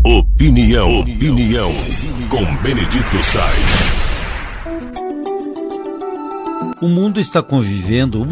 Opinião com Benedito Sainz. O mundo está convivendo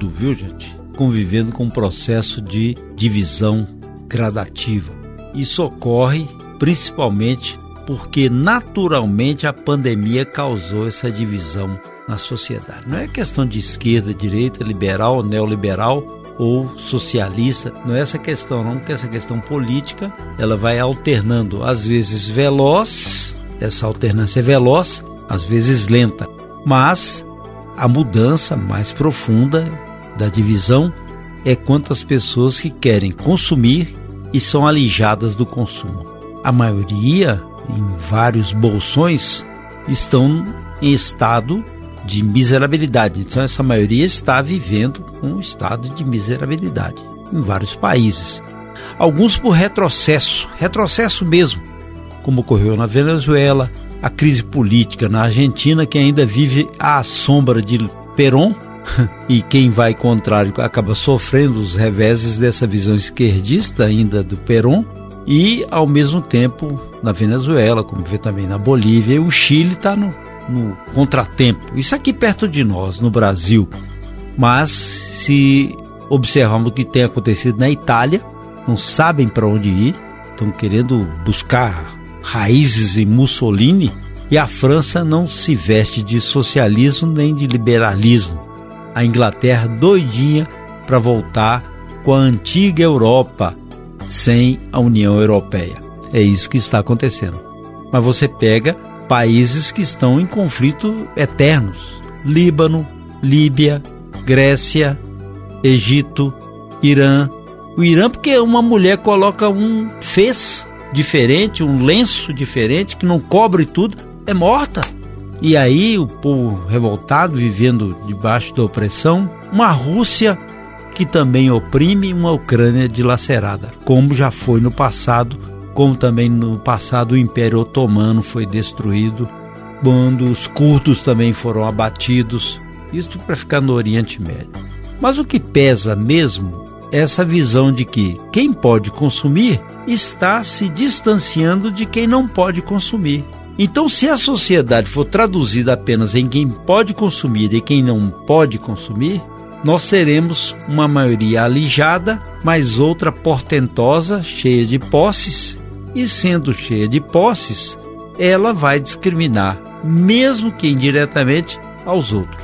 com um processo de divisão gradativa. Isso ocorre principalmente porque naturalmente a pandemia causou essa divisão na sociedade. Não é questão de esquerda, direita, liberal, neoliberal ou socialista, não é essa questão não, porque essa questão política, ela vai alternando, às vezes veloz, essa alternância é veloz, às vezes lenta, mas a mudança mais profunda da divisão é quanto às pessoas que querem consumir e são alijadas do consumo. A maioria, em vários bolsões, estão em estado de miserabilidade. Então essa maioria está vivendo um estado de miserabilidade em vários países. Alguns por retrocesso mesmo, como ocorreu na Venezuela, a crise política na Argentina, que ainda vive à sombra de Perón, e quem vai contrário acaba sofrendo os reveses dessa visão esquerdista ainda do Perón, e ao mesmo tempo na Venezuela, como vê também na Bolívia, e o Chile está no contratempo. Isso aqui perto de nós, no Brasil. Mas se observarmos o que tem acontecido na Itália, não sabem para onde ir, estão querendo buscar raízes em Mussolini, e a França não se veste de socialismo nem de liberalismo. A Inglaterra doidinha para voltar com a antiga Europa sem a União Europeia. É isso que está acontecendo. Mas você pega países que estão em conflito eternos: Líbano, Líbia, Grécia, Egito, Irã. O Irã, porque uma mulher coloca um fez diferente, um lenço diferente, que não cobre tudo, é morta. E aí o povo revoltado, vivendo debaixo da opressão, uma Rússia que também oprime, uma Ucrânia dilacerada, como já foi no passado, como também no passado o Império Otomano foi destruído, quando os curdos também foram abatidos, isso para ficar no Oriente Médio. Mas o que pesa mesmo é essa visão de que quem pode consumir está se distanciando de quem não pode consumir. Então, se a sociedade for traduzida apenas em quem pode consumir e quem não pode consumir, nós teremos uma maioria alijada, mas outra portentosa, cheia de posses, e sendo cheia de posses, ela vai discriminar, mesmo que indiretamente, aos outros.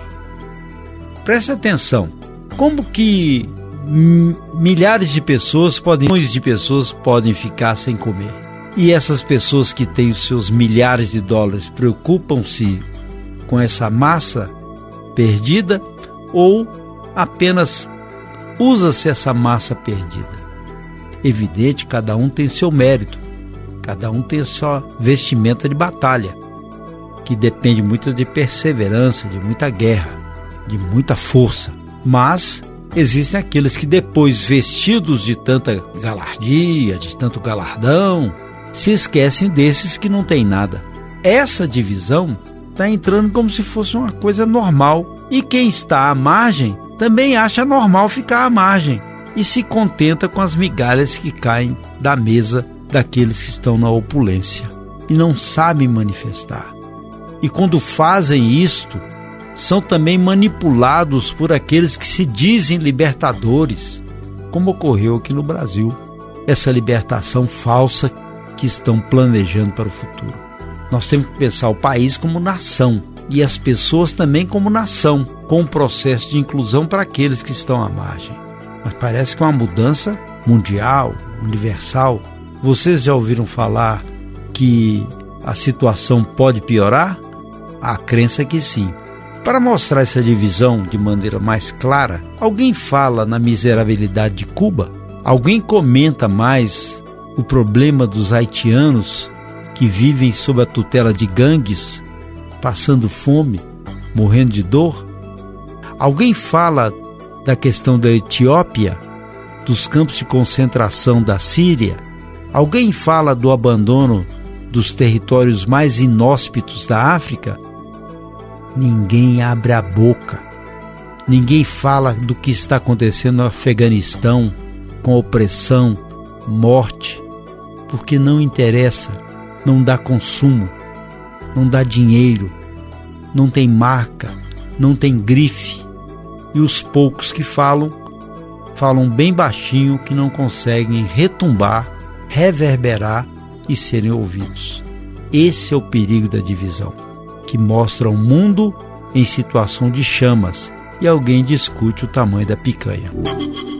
Preste atenção, como que milhares de pessoas, milhões de pessoas podem ficar sem comer? E essas pessoas que têm os seus milhares de dólares preocupam-se com essa massa perdida ou apenas usa-se essa massa perdida? Evidente, cada um tem seu mérito, cada um tem sua vestimenta de batalha, que depende muito de perseverança, de muita guerra, de muita força. Mas existem aqueles que depois, vestidos de tanta galardia, de tanto galardão, se esquecem desses que não têm nada. Essa divisão está entrando como se fosse uma coisa normal, e quem está à margem também acha normal ficar à margem e se contenta com as migalhas que caem da mesa daqueles que estão na opulência e não sabem manifestar. E quando fazem isto, são também manipulados por aqueles que se dizem libertadores, como ocorreu aqui no Brasil, essa libertação falsa que estão planejando para o futuro. Nós temos que pensar o país como nação e as pessoas também como nação, com um processo de inclusão para aqueles que estão à margem. Mas parece que é uma mudança mundial, universal. Vocês já ouviram falar que a situação pode piorar? A crença é que sim. Para mostrar essa divisão de maneira mais clara, alguém fala na miserabilidade de Cuba? Alguém comenta mais o problema dos haitianos que vivem sob a tutela de gangues, passando fome, morrendo de dor? Alguém fala da questão da Etiópia, dos campos de concentração da Síria? Alguém fala do abandono dos territórios mais inóspitos da África? Ninguém abre a boca. Ninguém fala do que está acontecendo no Afeganistão, com opressão, morte. porque não interessa, não dá consumo, não dá dinheiro, não tem marca, não tem grife. E os poucos que falam bem baixinho, que não conseguem retumbar, reverberar e serem ouvidos. Esse é o perigo da divisão, que mostra um mundo em situação de chamas e alguém discute o tamanho da picanha.